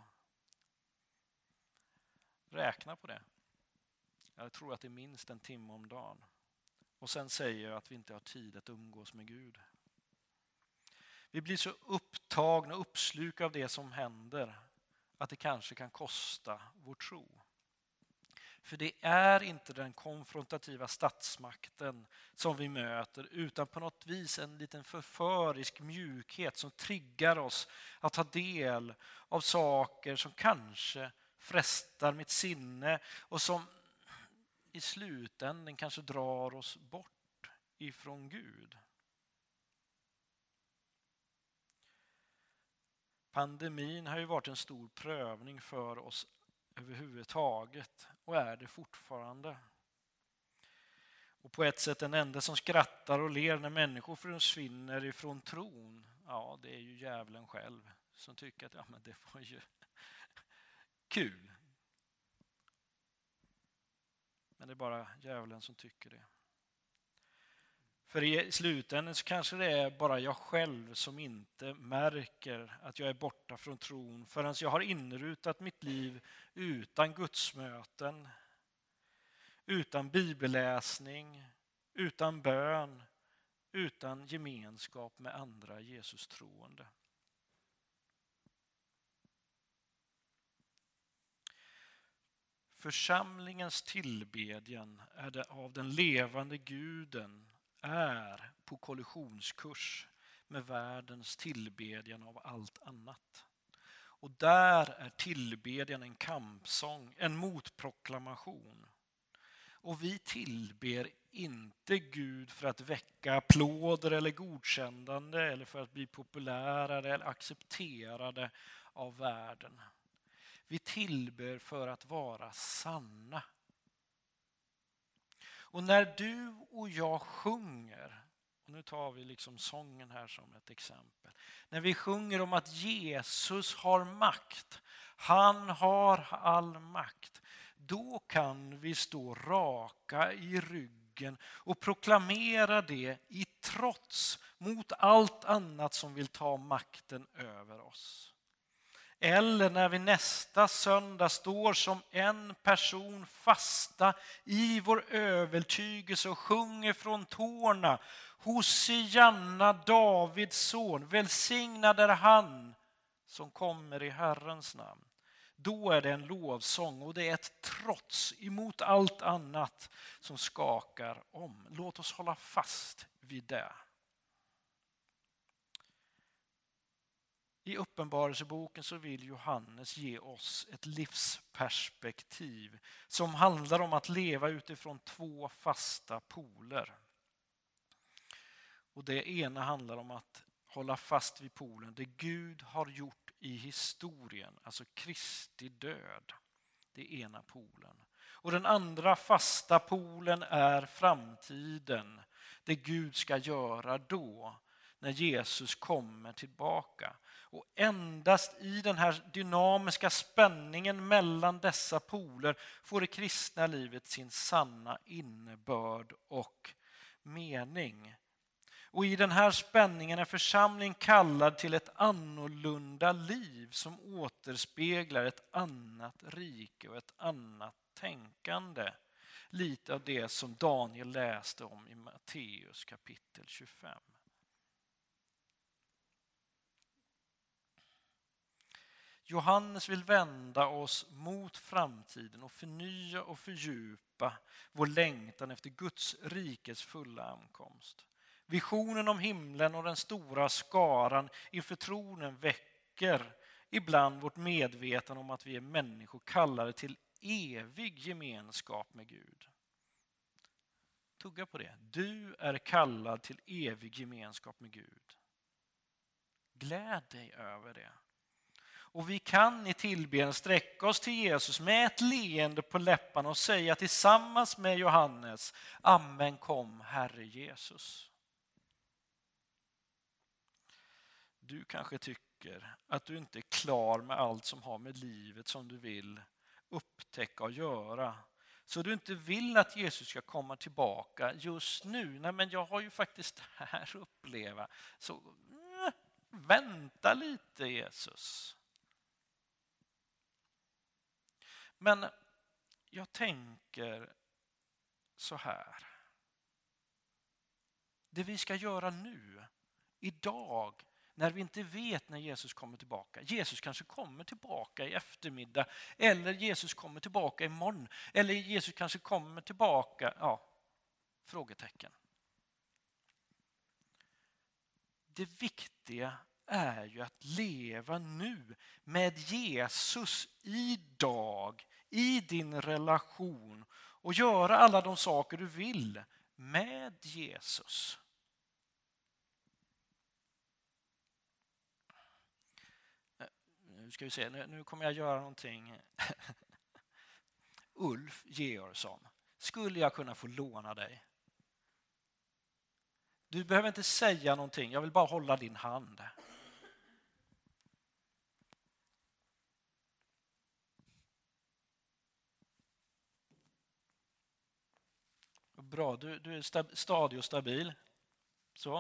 Räkna på det. Jag tror att det är minst en timme om dagen. Och sen säger jag att vi inte har tid att umgås med Gud. Vi blir så upptagna och uppslukade av det som händer att det kanske kan kosta vår tro. För det är inte den konfrontativa statsmakten som vi möter, utan på något vis en liten förförisk mjukhet som triggar oss att ta del av saker som kanske frestar mitt sinne och som i slutändan kanske drar oss bort ifrån Gud. Pandemin har ju varit en stor prövning för oss överhuvudtaget och är det fortfarande. Och på ett sätt den enda som skrattar och ler när människor försvinner ifrån tron, ja, det är ju djävulen själv som tycker att ja, men det var ju kul. Men det är bara djävulen som tycker det. För i slutändan så kanske det är bara jag själv som inte märker att jag är borta från tron förrän jag har inrutat mitt liv utan gudsmöten, utan bibelläsning, utan bön, utan gemenskap med andra Jesus troende. Församlingens tillbedjan är det av den levande guden är på kollisionskurs med världens tillbedjan av allt annat. Och där är tillbedjan en kampsång, en motproklamation. Och vi tillber inte Gud för att väcka applåder eller godkännande eller för att bli populärare eller accepterade av världen. Vi tillber för att vara sanna. Och när du och jag sjunger, och nu tar vi liksom sången här som ett exempel. När vi sjunger om att Jesus har makt, han har all makt, då kan vi stå raka i ryggen och proklamera det i trots mot allt annat som vill ta makten över oss. Eller när vi nästa söndag står som en person fasta i vår övertygelse och sjunger från tårna: Hosianna, Davids son, välsignad är han som kommer i Herrens namn. Då är det en lovsång och det är ett trots emot allt annat som skakar om. Låt oss hålla fast vid det. I Uppenbarelseboken så vill Johannes ge oss ett livsperspektiv som handlar om att leva utifrån två fasta poler. Och det ena handlar om att hålla fast vid polen, det Gud har gjort i historien, alltså Kristi död. Det är ena polen. Och den andra fasta polen är framtiden, det Gud ska göra då, när Jesus kommer tillbaka. Och endast i den här dynamiska spänningen mellan dessa poler får det kristna livet sin sanna innebörd och mening. Och i den här spänningen är församlingen kallad till ett annorlunda liv som återspeglar ett annat rike och ett annat tänkande. Lite av det som Daniel läste om i Matteus kapitel tjugofem. Johannes vill vända oss mot framtiden och förnya och fördjupa vår längtan efter Guds rikes fulla ankomst. Visionen om himlen och den stora skaran inför tronen väcker ibland vårt medvetande om att vi är människor kallade till evig gemenskap med Gud. Tugga på det. Du är kallad till evig gemenskap med Gud. Gläd dig över det. Och vi kan i tillbedjan sträcka oss till Jesus med ett leende på läpparna och säga tillsammans med Johannes: Amen, kom Herre Jesus. Du kanske tycker att du inte är klar med allt som har med livet som du vill upptäcka och göra. Så du inte vill att Jesus ska komma tillbaka just nu. Nej, men jag har ju faktiskt det här att uppleva. Så äh, vänta lite, Jesus. Men jag tänker så här. Det vi ska göra nu, idag, när vi inte vet när Jesus kommer tillbaka. Jesus kanske kommer tillbaka i eftermiddag. Eller Jesus kommer tillbaka imorgon. Eller Jesus kanske kommer tillbaka. Ja, frågetecken. Det viktiga är ju att leva nu med Jesus idag, i din relation. Och göra alla de saker du vill med Jesus. Nu ska vi se, nu, nu kommer jag göra någonting. Ulf Georgsson, skulle jag kunna få låna dig? Du behöver inte säga någonting, jag vill bara hålla din hand. Bra, du, du är stab- stadig och stabil. Så.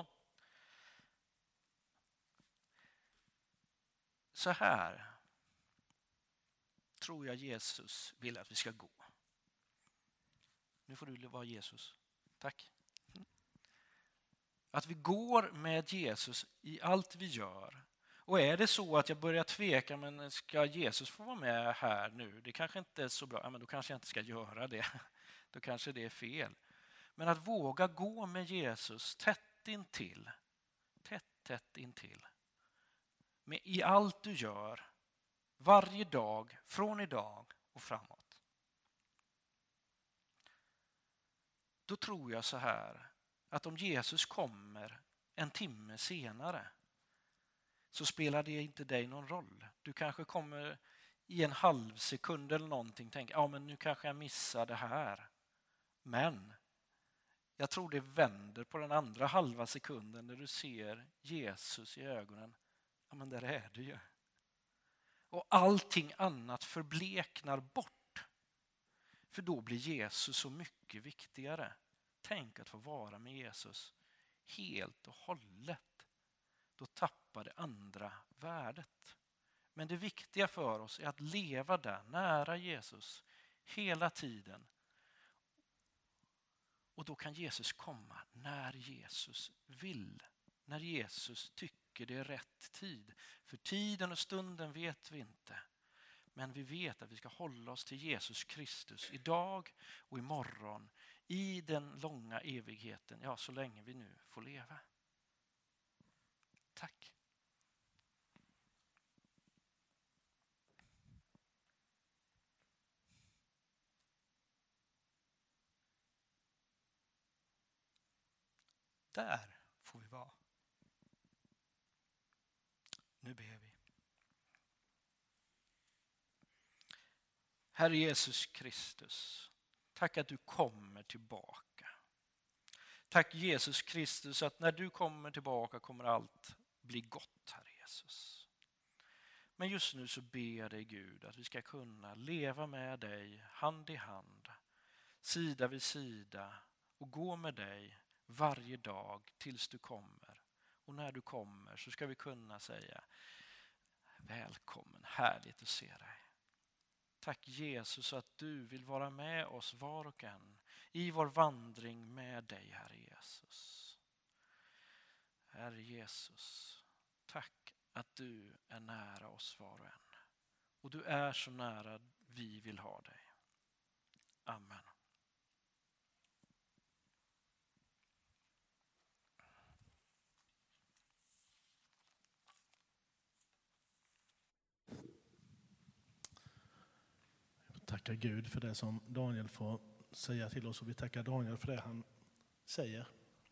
Så här tror jag Jesus vill att vi ska gå. Nu får du vara Jesus. Tack. Att vi går med Jesus i allt vi gör Och är det så att jag börjar tveka, men ska Jesus få vara med här nu? Det kanske inte är så bra, ja, men då kanske jag inte ska göra det. Då kanske det är fel. Men att våga gå med Jesus tätt intill, tätt, tätt intill. Men i allt du gör, varje dag, från idag och framåt. Då tror jag så här, att om Jesus kommer en timme senare så spelar det inte dig någon roll. Du kanske kommer i en halv sekund eller någonting tänka, ja men nu kanske jag missar det här. Men jag tror det vänder på den andra halva sekunden när du ser Jesus i ögonen. Ja men där är du ju. Och allting annat förbleknar bort. För då blir Jesus så mycket viktigare. Tänk att få vara med Jesus helt och hållet. Då tappar det andra värdet. Men det viktiga för oss är att leva där nära Jesus hela tiden. Och då kan Jesus komma när Jesus vill. När Jesus tycker det är rätt tid. För tiden och stunden vet vi inte. Men vi vet att vi ska hålla oss till Jesus Kristus idag och imorgon. I den långa evigheten. Ja, så länge vi nu får leva. Tack. Där får vi vara. Nu ber vi. Herre Jesus Kristus, tack att du kommer tillbaka. Tack Jesus Kristus att när du kommer tillbaka kommer allt bli gott, Herre Jesus. Men just nu så ber jag dig Gud att vi ska kunna leva med dig hand i hand, sida vid sida och gå med dig varje dag tills du kommer. Och när du kommer så ska vi kunna säga välkommen, härligt att se dig. Tack Jesus att du vill vara med oss var och en i vår vandring med dig, Herre Jesus. Herre Jesus, tack att du är nära oss var och en. Och du är så nära vi vill ha dig. Amen. Tackar Gud för det som Daniel får säga till oss och vi tackar Daniel för det han säger.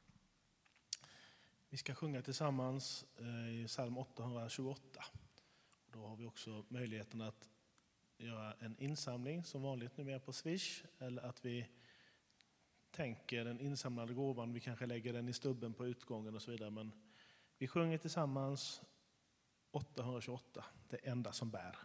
Vi ska sjunga tillsammans i psalm åttahundratjugoåtta. Då har vi också möjligheten att göra en insamling som vanligt numera på Swish eller att vi tänker den insamlade gåvan, vi kanske lägger den i stubben på utgången och så vidare. Men vi sjunger tillsammans åttahundratjugoåtta, det enda som bär.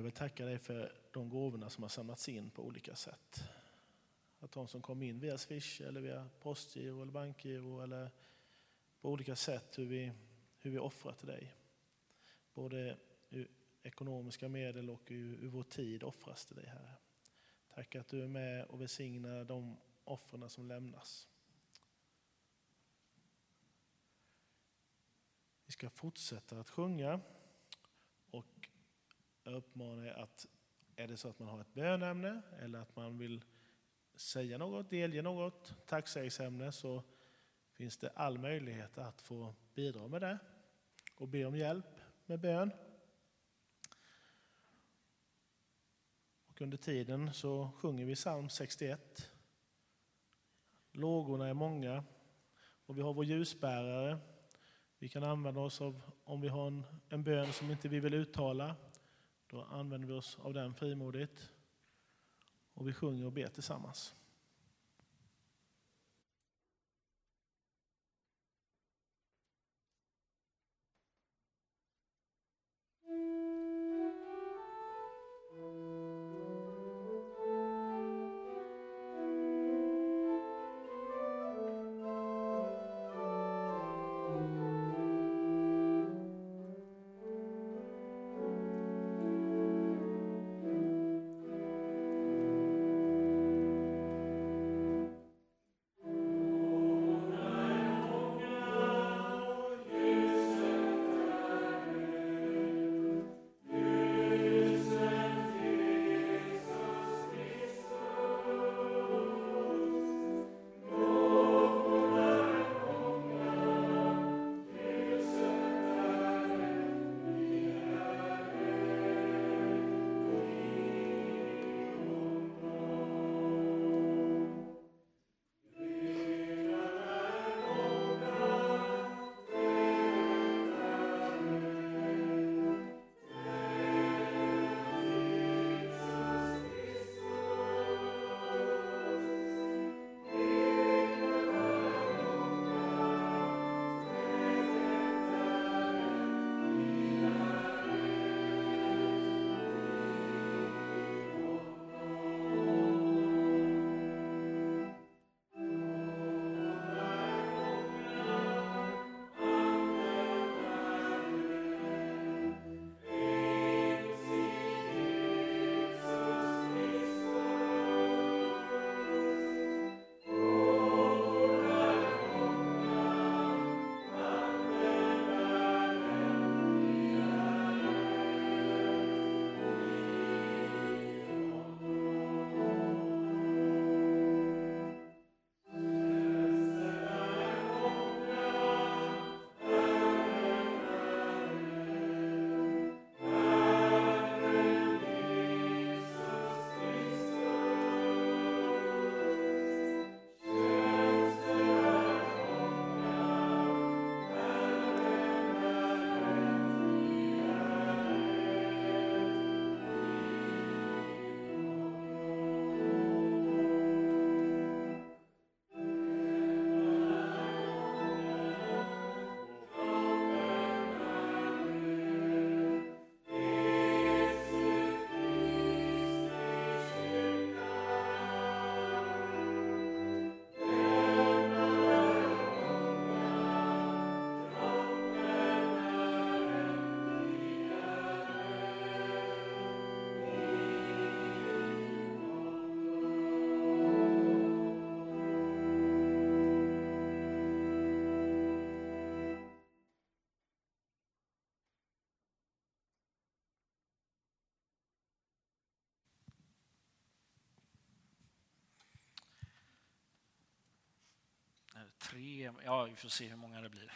vill tacka dig för de gåvorna som har samlats in på olika sätt. Att de som kom in via Swish eller via postgiro eller bankgiro eller på olika sätt hur vi, hur vi offrar till dig. Både ur ekonomiska medel och ur, ur vår tid offras till dig, Herre. Tack att du är med och välsignar de offren som lämnas. Vi ska fortsätta att sjunga och jag uppmanar er att är det så att man har ett bönämne eller att man vill säga något, delge något tacksägelseämne, så finns det all möjlighet att få bidra med det och be om hjälp med bön. Och under tiden så sjunger vi psalm sextioett. Lågorna är många och vi har vår ljusbärare. Vi kan använda oss av, om vi har en, en bön som inte vi vill uttala, då använder vi oss av den frimodigt. Och vi sjunger och ber tillsammans. Tre, ja, vi får se hur många det blir.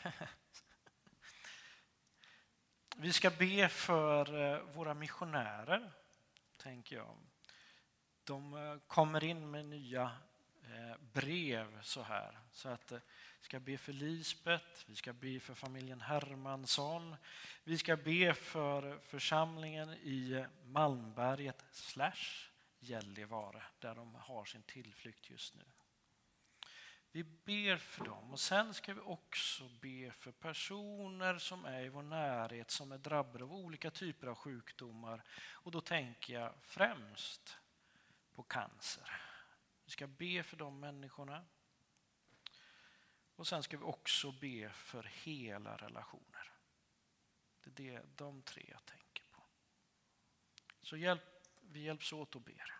Vi ska be för våra missionärer, tänker jag. De kommer in med nya brev så här. Så att vi ska be för Lisbeth, vi ska be för familjen Hermansson. Vi ska be för församlingen i Malmberget slash Gällivare, där de har sin tillflykt just nu. Vi ber för dem och sen ska vi också be för personer som är i vår närhet som är drabbade av olika typer av sjukdomar. Och då tänker jag främst på cancer. Vi ska be för de människorna. Och sen ska vi också be för hela relationer. Det är det, de tre jag tänker på. Så hjälp, vi hjälps åt och ber.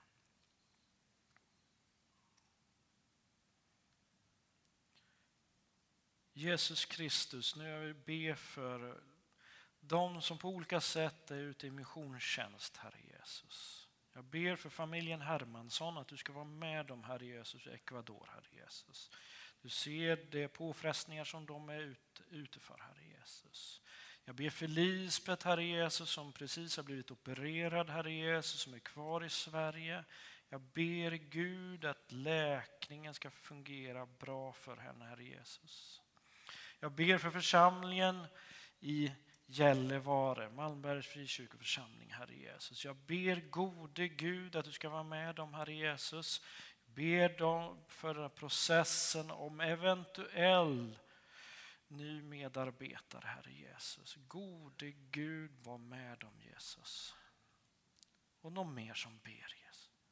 Jesus Kristus, nu jag vill be för de som på olika sätt är ute i missionstjänst, Herre Jesus. Jag ber för familjen Hermansson att du ska vara med dem, Herre Jesus, i Ecuador, Herre Jesus. Du ser de påfrestningar som de är ute, ute för, Herre Jesus. Jag ber för Lisbeth, Herre Jesus, som precis har blivit opererad, Herre Jesus, som är kvar i Sverige. Jag ber Gud att läkningen ska fungera bra för henne, Herre Jesus. Jag ber för församlingen i Gällivare, Malmbergs frikyrkoförsamling, Herre Jesus. Jag ber gode Gud att du ska vara med dem, Herre Jesus. Jag ber dem för processen om eventuell ny medarbetare, Herre Jesus. Gode Gud, var med dem, Jesus. Och någon mer som ber, Jesus.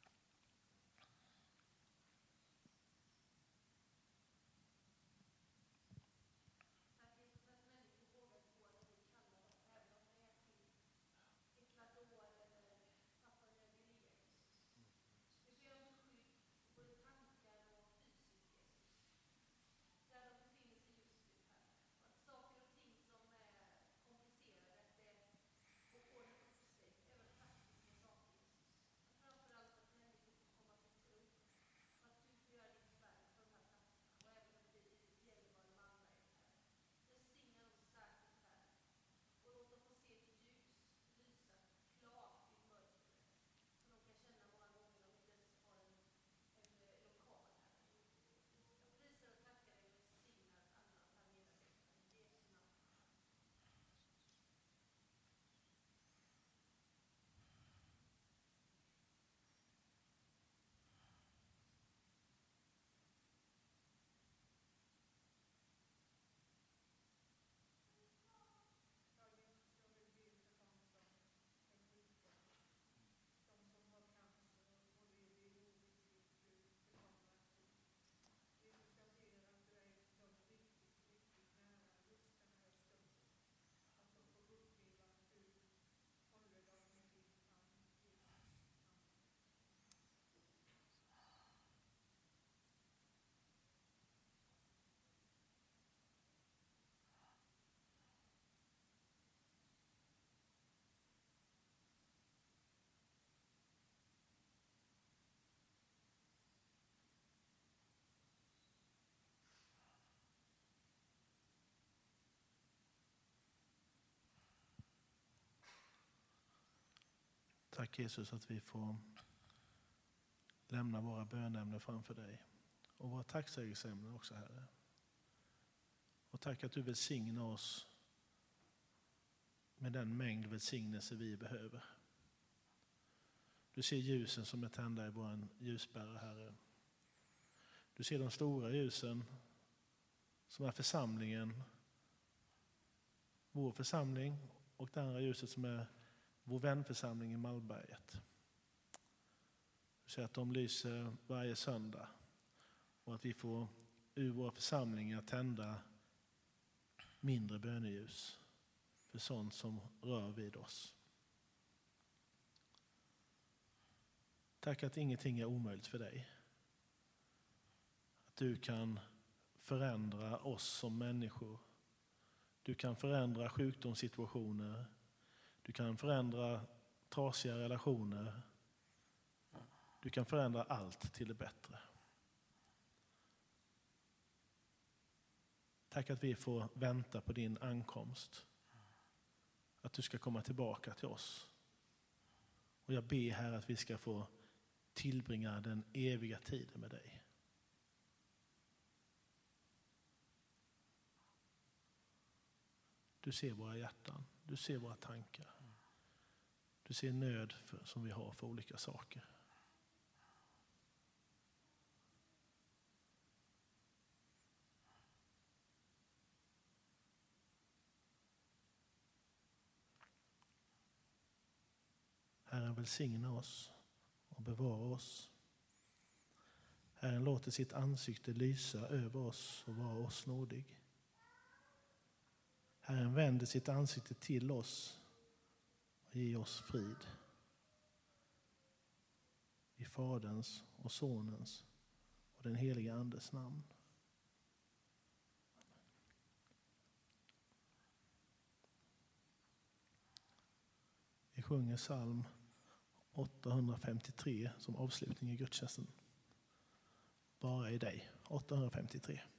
Tack Jesus att vi får lämna våra bönämnen framför dig. Och våra tacksägelseämnen också, Herre. Och tack att du välsignar oss med den mängd välsignelse vi behöver. Du ser ljusen som är tända i vår ljusbärare, Herre. Du ser de stora ljusen som är församlingen, vår församling, och det andra ljuset som är vår vänförsamling i Malmberget. Du ser att de lyser varje söndag och att vi får ur våra församlingar tända mindre böneljus för sånt som rör vid oss. Tack att ingenting är omöjligt för dig. Att du kan förändra oss som människor. Du kan förändra sjukdomssituationer. Du kan förändra trasiga relationer. Du kan förändra allt till det bättre. Tack att vi får vänta på din ankomst. Att du ska komma tillbaka till oss. Och jag ber här att vi ska få tillbringa den eviga tiden med dig. Du ser våra hjärtan. Du ser våra tankar. Du ser nöd för, som vi har för olika saker. välsigna oss och bevara oss. Herren låter sitt ansikte lysa över oss och vara oss nådig. Herren vänder sitt ansikte till oss och ger oss frid. I Faderns och Sonens och den heliga Andes namn. Vi sjunger psalm åttahundrafemtiotre som avslutning i gudstjänsten. Bara i dig. åttahundrafemtiotre.